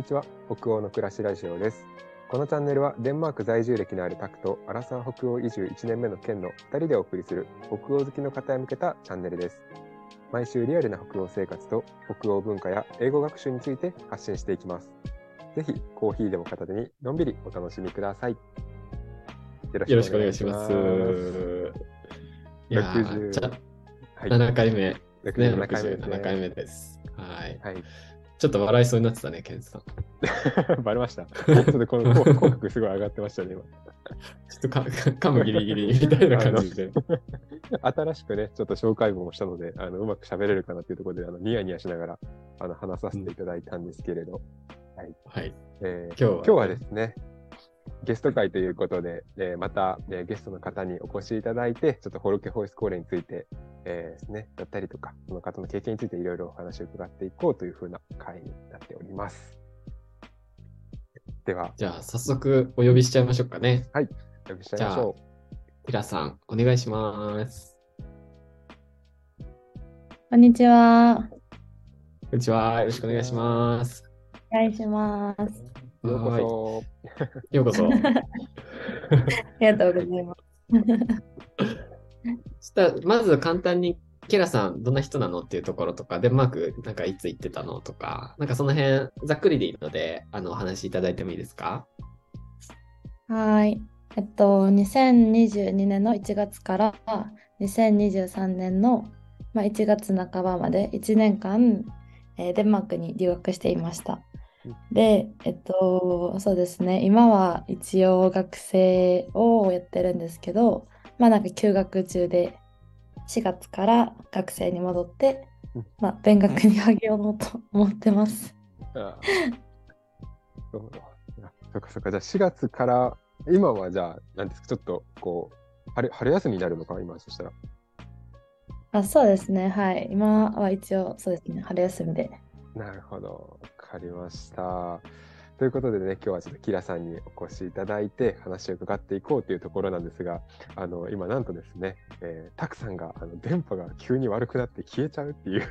ちは。北欧の暮らしラジオです。このチャンネルはデンマーク在住歴のあるタクとアラサー北欧移住1年目のケンの2人でお送りする北欧好きの方へ向けたチャンネルです。毎週リアルな北欧生活と北欧文化や英語学習について発信していきます。ぜひコーヒーでも片手にのんびりお楽しみください。よろしくお願いします。 いや 60、はい、 7回目ね。 67回目ですね。 67回目です。はい。 はい、 ちょっと笑いそうになってたね、ケンさん。 バレました。ちょっとこの口角すごい上がってましたね、今。 ちょっと噛むギリギリみたいな感じで。 新しくね、ちょっと紹介文をしたので、うまく喋れるかなというところで、ニヤニヤしながら話させていただいたんですけれど、 はい。 今日はですね、ゲスト会ということで、また、ゲストの方にお越しいただいて、ちょっとフォルケホイスコーレについて、ですね、だったりとか、その方の経験についていろいろお話を伺っていこうというふうな会になっております。では。 じゃあ、早速お呼びしちゃいましょうかね。 はい。お呼びしちゃいましょう。キラさん、お願いします。 こんにちは。 こんにちは。よろしくお願いします。 お願いします。 ようこそ。 ようこそ。 ありがとうございます。 まず簡単に、キラさん、どんな人なのっていうところとか、デンマーク、なんかいつ行ってたのとか、なんかその辺、ざっくりでいいので、お話しいただいてもいいですか？ はい。2022年の1月から2023年の、1月半ばまで1年間、デンマークに留学していました。で、そうですね、今は一応学生をやってるんですけど、なんか休学中で、4月から学生に戻って、勉学に励もうと思ってます。 そうか。じゃあ4月から、今はじゃあ、何ですか、ちょっとこう、春休みになるのか、今、そしたら。 そうですね、はい。今は一応、そうですね、春休みで。 なるほど、わかりました。ということでね、今日はちょっとキラさんにお越しいただいて話を伺っていこうというところなんですが、今なんとですね、タクさんが電波が急に悪くなって消えちゃうっていう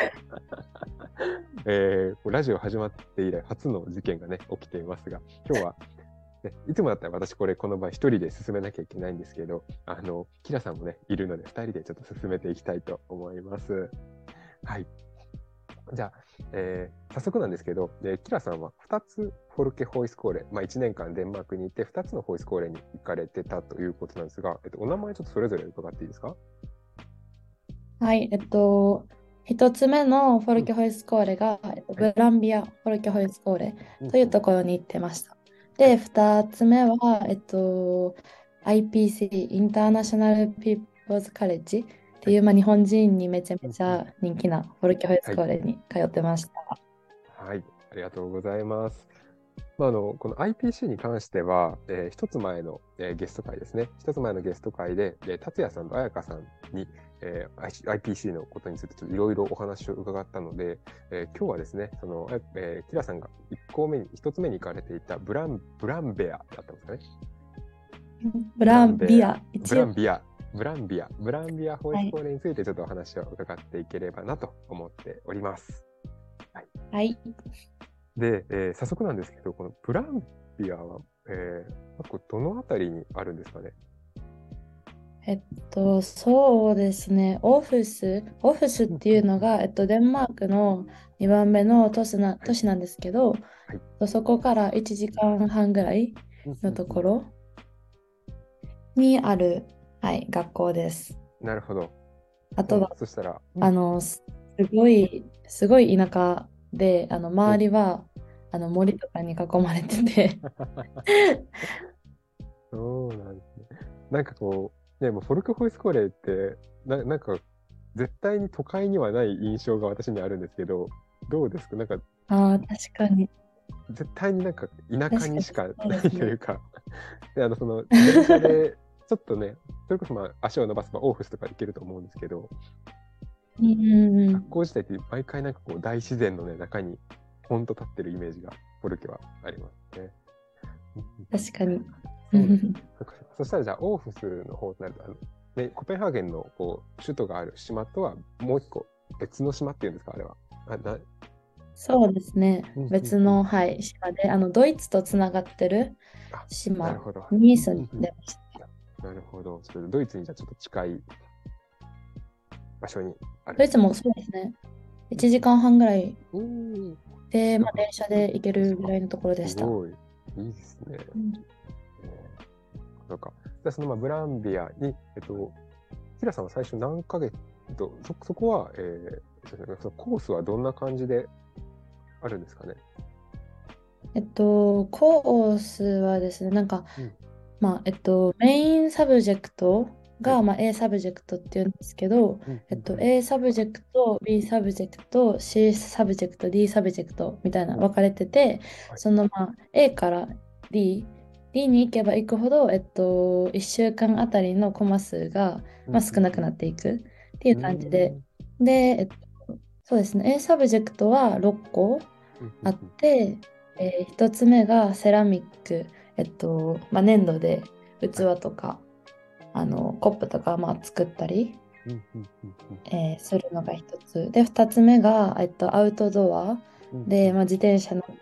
ラジオ始まって以来初の事件がね、起きていますが、今日は、ね、いつもだったら私この場合一人で進めなきゃいけないんですけど、キラさんもね、いるので2人でちょっと進めていきたいと思います。はい。じゃあ、早速なんですけど、キラさんは2つフォルケホイスコーレ、1年間デンマークにいて2つのホイスコーレに行かれてたということなんですが、お名前ちょっとそれぞれ伺っていいですか？ はい、1つ目のフォルケホイスコーレが、ブランビアフォルケホイスコーレというところに行ってました。で、2つ目は、IPC、インターナショナルピーポーズカレッジっていう、日本人にめちゃめちゃ人気なフォルケホイスコーレに通ってました。 はい、ありがとうございます。この IPC に関しては、一つ前の、ゲスト会ですね。一つ前のゲスト会で、達也さんと彩香さんに、IPC のことについていろいろお話を伺ったので、今日はですね、キラさんが一つ目に行かれていたブランベアだったんですかね。 ブランビアホイスコーレについてちょっとお話を伺っていければなと思っております。 はい。 で、早速なんですけど、このブランビアは、どのあたりにあるんですかね？ そうですね、オフスっていうのが、デンマークの2番目の都市なんですけど、そこから1時間半ぐらいのところにある、学校です。 なるほど。 あとは、 そしたら、 すごい田舎で、周りは森とかに囲まれててそうなんですね。なんかこう、ね、もうフォルクホイスコーレってなんか絶対に都会にはない印象が私にはあるんですけど、どうですか？なんか確かに絶対になんか田舎にしかないというか、でその電車でちょっとね、それこそ足を伸ばせばオーフスとか行けると思うんですけど、学校自体って毎回なんかこう大自然の、ね、中にポンと立ってるイメージがフォルケはありますね。 確かに。 そしたらじゃあオーフスの方となるとコペンハーゲンのこう首都がある島とはもう一個別の島っていうんですか、あれは。 そうですね。 うんうん別の、はい、島で、ドイツとつながってるあ、なる島ほど。 に住んでました。 なるほど。ちょっとドイツにじゃあちょっと近い場所にある。 ドイツもそうですね。1時間半ぐらいおー、 で、 なんか電車で行けるぐらいのところでした。 すごい。いいですね。 うんなんか、じゃあそのブランビアに、キラさんは最初何ヶ月そこは、そうですね、そのコースはどんな感じであるんですかね。 コースはですね、なんか、 うんメインサブジェクトはいが、A サブジェクトっていうんですけど、 うんうんうん A サブジェクト、B サブジェクト、C サブジェクト、D サブジェクトみたいな分かれてて、 はいそのA から D に行けば行くほど、1週間あたりのコマ数が、少なくなっていくっていう感じで、で、そうですね、A サブジェクトは6個あって、1つ目がセラミック、粘土で器とか、コップとか、作ったり、するのが一つ。で、二つ目が、アウトドアで、自転車乗って、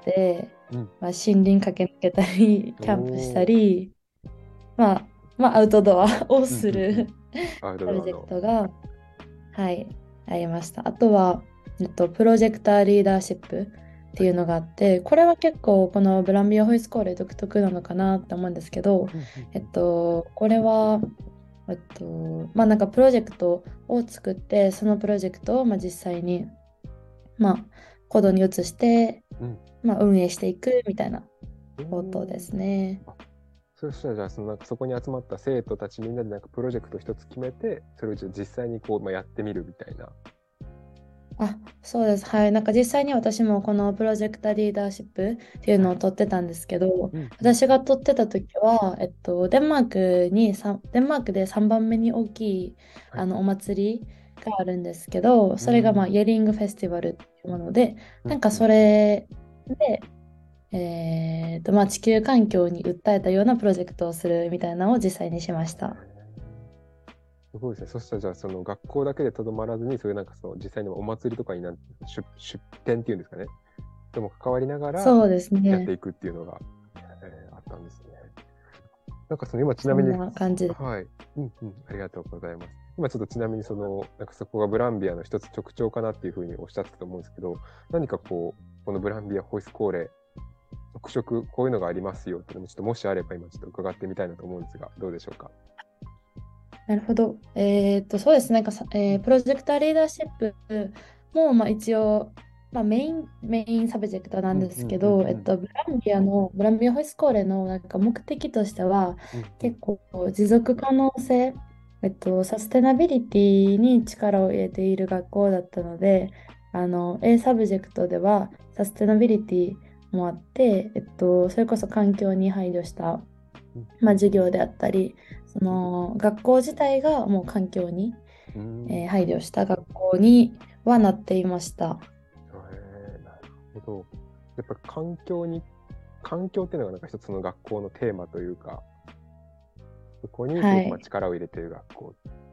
森林駆け抜けたり、キャンプしたり、アウトドアをするプロジェクトが、はい、ありました。あとは、プロジェクターリーダーシップっていうのがあって、これは結構このブランビアホイスコーレ独特なのかなって思うんですけど、これは、なんかプロジェクトを作って、そのプロジェクトを実際に、コードに移して、運営していくみたいなことですね。 そうしたらじゃあなんかそこに集まった生徒たちみんなでなんかプロジェクト一つ決めて、それを実際にこう、やってみるみたいな。 そうです。はい。なんか実際に私もこのプロジェクターリーダーシップっていうのを取ってたんですけど、私が取ってた時は、デンマークで3番目に大きいお祭りがあるんですけど、それがイエリングフェスティバルっていうもので、なんかそれで、地球環境に訴えたようなプロジェクトをするみたいなのを実際にしました。 すごいですね。そしたらじゃあその学校だけでとどまらずに、そういうなんか実際にお祭りとかに出展っていうんですかね。でも関わりながらそうですやってね。 いくっていうのが、あったんですね。なんか今ちなみに、 そんな感じで。 はい、ありがとうございます。今ちょっとちなみになんかそこがブランビアの一つ特徴かなっていうふうにおっしゃってたと思うんですけど、何かこのブランビアホイスコーレ特色、こういうのがありますよっていうのもちょっともしあれば今ちょっと伺ってみたいなと思うんですが、どうでしょうか。 なるほど。そうですね。なんかプロジェクターリーダーシップも、一応、メインサブジェクトなんですけど、ブランビアホイスコーレのなんか目的としては、結構持続可能性、サステナビリティに力を入れている学校だったので、A サブジェクトではサステナビリティもあって、それこそ環境に配慮した、授業であったり、その学校自体がもう環境に、配慮した学校にはなっていました。 なるほど。やっぱ環境っていうのがなんか一つの学校のテーマというか、そこに力を入れている学校。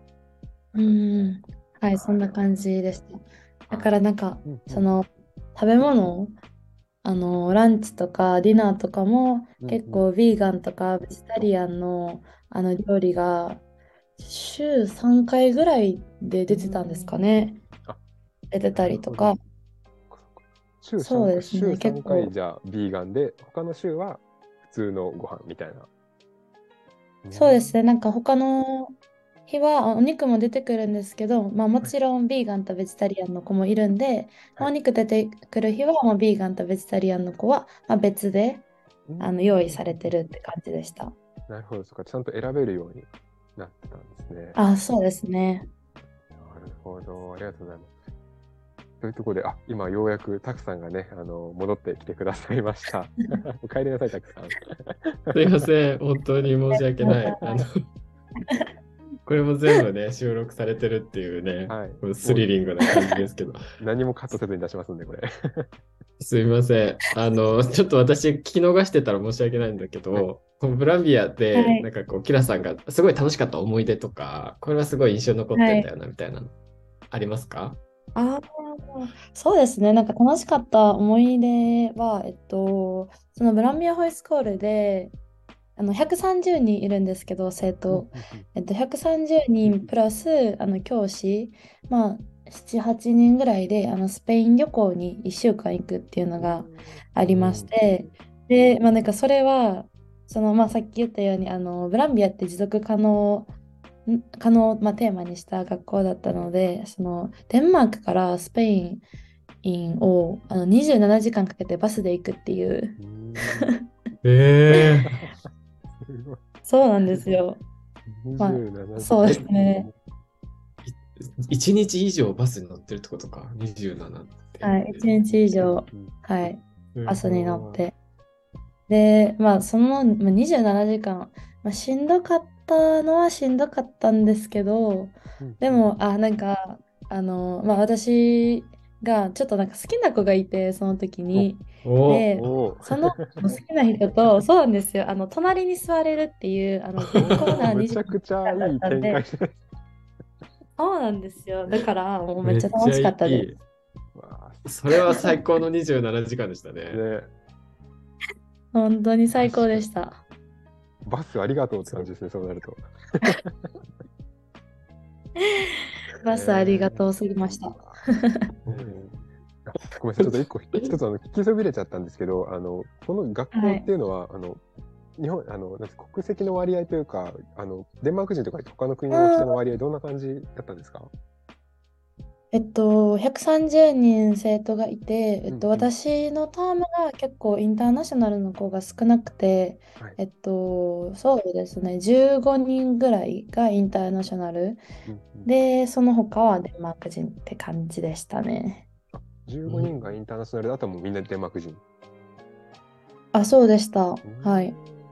はい、そんな感じでした。だからなんか、その食べ物、ランチとかディナーとかも結構ヴィーガンとかベジタリアンの、料理が週3回ぐらいで出てたんですかね。出てたりとか。そうですね、 週3回じゃビーガンで、他の週は普通のご飯みたいな。 そうですね、なんか他の日はお肉も出てくるんですけど、もちろんビーガンとベジタリアンの子もいるんで、お肉出てくる日はビーガンとベジタリアンの子は別で用意されてるって感じでした。 なるほど、そっか、ちゃんと選べるようになってたんですね。 そうですね。 なるほど、ありがとうございます。というところで、今ようやくたくさんがね、戻ってきてくださいました。お帰りなさい、たくさん。 すいません、本当に申し訳ない。これも全部ね、収録されてるっていうね、スリリングな感じですけど。 何もカットせずに出しますんで、これ。 すいません。ちょっと私聞き逃してたら申し訳ないんだけど、このブランビアで、なんかキラさんがすごい楽しかった思い出とか、これはすごい印象に残ってんだよな、みたいなの、ありますか？ ああ、そうですね。なんか楽しかった思い出は、そのブランビアホイスコールで、130人いるんですけど、生徒。130人プラス、教師、まあ、7、8人ぐらいで、スペイン旅行に1週間行くっていうのがありましうん。 て、で、まあ、なんかそれは、まあ、さっき言ったように、ブランビアって持続可能、まあ、テーマにした学校だったので、デンマークからスペインを27時間かんかけてバスで行くっていう、 うん。 えすごい。 そうなんですよ。ま 27 あ、そうで時間。 すね。 1日以上バスに乗ってるってことか、27って。 はい、1日以上、 うん。 はい、 すバスに乗っごて。で、まあ、まあ、27時間、まあ、しんどかったのはしんどかったんですけど、 うん。うん。 でも、なんか、まあ、私がちょっとなんか好きな子がいて、その時お、 に。 お、 で、 おー。 その好きな人と、そうなんですよ、隣に座れるっていう、絶好おー、 なむ 27 ちゃくちゃ時間だっいいたんで、 展開してる。 そうなんですよ。だから、もうめっちゃ楽めっちゃいしかったです。 い。 わあ、 それは最高の27時間でしたね。 ね、 本当に最高確かに。 でした。 バスありがとうってそう。 感じですね、そうなると。 バスありがとうすぎました。 うん。あ、ごめんなさい、ちょっと一つ聞きそびれちゃったんですけど、この学校はい。 っていうのは、日本、なんです国籍の割合というか、デンマーク人とか他の国の人の割合、どんな感じだったんですか？ 130人生徒がいて、 うんうん。 私のタームが結構インターナショナルの子が少なくて、 はい。 そうですね、15人ぐらいがインターナショナルうんうん。 で、その他はデンマーク人って感じでしたね。 あ、 う 15人がイん。 ンターナショナルだともうみんなデンマーク人。 あ、そうでした。 うーはい。 ん。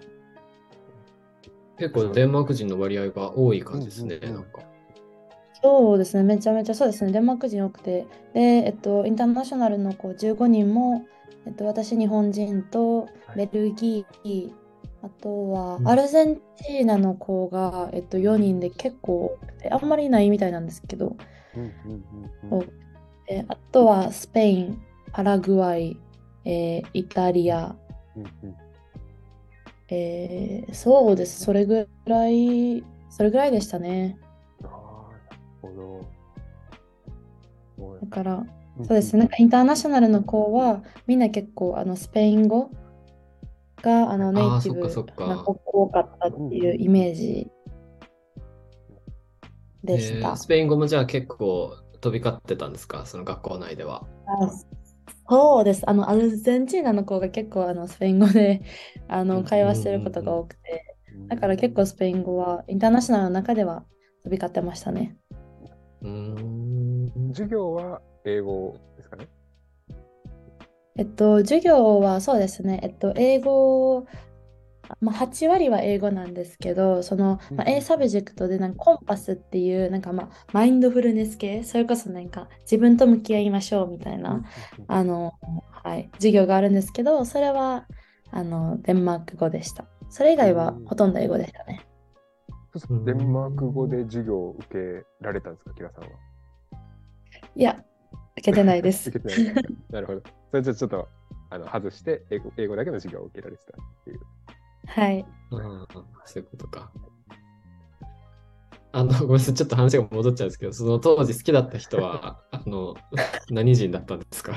結なんか、 構デンマーク人の割合が多いうん感じですね、 うんうん。 なんか。 そうですね、めちゃめちゃそうですね、デンマーク人多くて、で、インターナショナルの子15人も、私、日本人とはい。 ベルギー、あとはうん。 アルゼンチンナの子が、 うー 4人でん。 結構多くて、あんまりいないみたいなんですけど、 うんうんうんうん。 多くてあとはスペイン、パラグアイ、イタリア、 うんうん。 そうです、それぐらいでしたね。 ああ、なるほど。もう、 だから、 うんうん。 そうですね、なんかインターナショナルの子は、みんな結構スペイン語がはい。 ネああ、そっかそイティブっか。 な子が多かったうんっていうイうんうん。 メージでした。 スペイン語もじゃあ結構飛び交ってたんですか、その学校内では。 あ、そうです。アルゼンチンアの子が結構スペイン語でうんうん。 会話してることがうん多くて、 うーだから結構ん。 スペイン語はインターナショナルの中では飛び交ってましたね。 うんうん。うーん。 授業は英語ですかね？ 授業はそうですね、英語、まあ、8割は英語なんですけど、まあ、 うんう A んうん。 サブジェクトでコンパスっていうまあ、マインドフルネス系、それこそ自分と向き合いましょうみたいなうんうんうん。 はい、授業があるんですけど、それはデンマーク語でした。それ以うー外はほん。 とんど英語でしたね。 そうするうーとデンマーク語ん。 で授業を受けられたんですか、キラさんは？ いや、受けてないで受す。 けてないですか？なるほど。それじゃちょっと外して英語だけの授業を受けられてたっていう。 はい。 ああ、そういうことか。ごめんなさい、ちょっと話が戻っちゃうんですけど、その当時好きだった人は、何人だったんですか？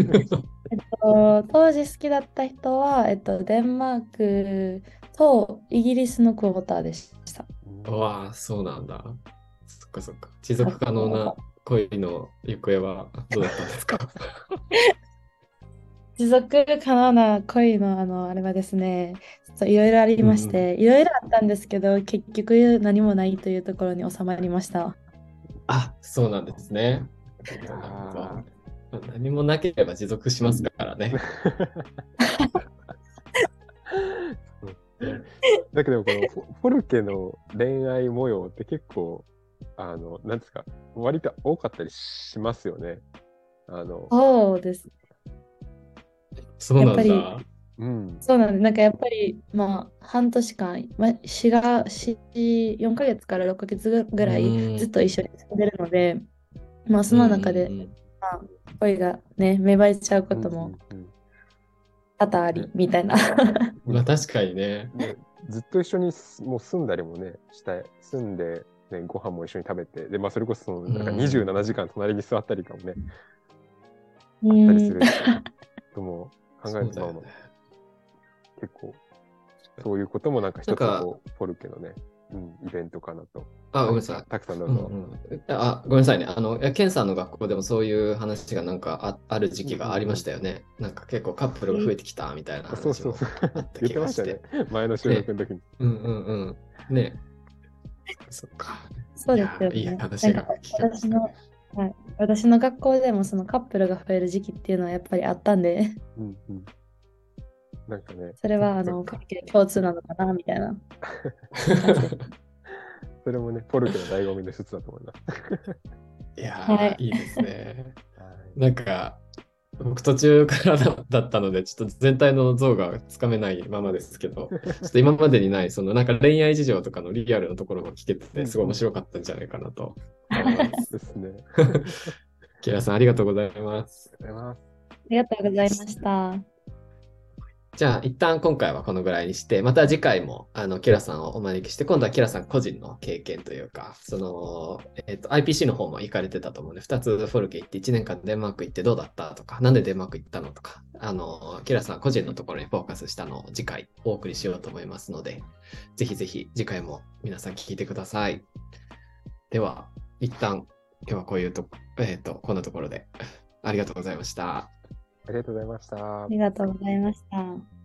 当時好きだった人は、デンマークとイギリスのクォーターでした。 うーん。 わあ、そうなんだ。そっかそっか。持あ続可能なと恋の行方はどうだったんですか？ 持続可能な恋のあれはですね、ちょっといろいろありうんうん。 まして、いろいろあったんですけど、結局何もないというところに収まりました。 あ、そうなんですね。なるいやほど、なるほー。 ど。まあ何もなければ持続しますからね。 そうですね。だけど、このフォルケの恋愛模様って結構、なんですか、割と多かったりしますよね。あの、 そうです。 そうやっぱり、 なんだ。 うん。 そうなんです。やっぱり、まあ、半年間、まあ、4、4ヶ月から6ヶ月うぐらいずっーん。 と一緒に住んでるので、 まあその中で、まあ、恋がね、芽生えちゃうことも多々あり、みたいな。 まあ確かにね。 ずっと一緒にもう住んだりもね、住んで、ね、ご飯も一緒に食べて、で、まあそれこそそのなんか27時間隣に座ったりかもね、あったりするとも考えると、まあまあ、結構、そういうこともなんか一つこう、フォルケのね、イベントかなと。 ごめんなさい。 たくさんどうぞ。 ごめんなさいね。ケンさんの学校でもそういう話がなんかある時期がありましたよね。なんか結構カップルが増えてきたみたいな話もあった気がして。 ね、前の収録の時に。 ね。そっか。 そうですよね。 いい話が聞きましたね。 私の学校でもそのカップルが増える時期っていうのはやっぱりあったんで、 なんかね、 それは共通なのかなみたいな。 それもね、ポルケの醍醐味の一つだと思います。 いやー、いいですね。なんか、僕途中からだったので、ちょっと全体の像がつかめないままですけど、ちょっと今までにない、そのなんか恋愛事情とかのリアルなところが聞けて、すごい面白かったんじゃないかなと思います。 ですね。 キラさん、ありがとうございます。 ありがとうございました。 じゃあ、一旦今回はこのぐらいにして、また次回もキラさんをお招きして、今度はキラさん個人の経験というか、その、IPC の方も行かれてたと思うんで、2つフォルケ行って1年間デンマーク行ってどうだったとか、なんでデンマーク行ったのとか、キラさん個人のところにフォーカスしたのを次回お送りしようと思いますので、ぜひぜひ次回も皆さん聞いてください。では、一旦今日はこういうこんなところでありがとうございました。 ありがとうございました。 ありがとうございました。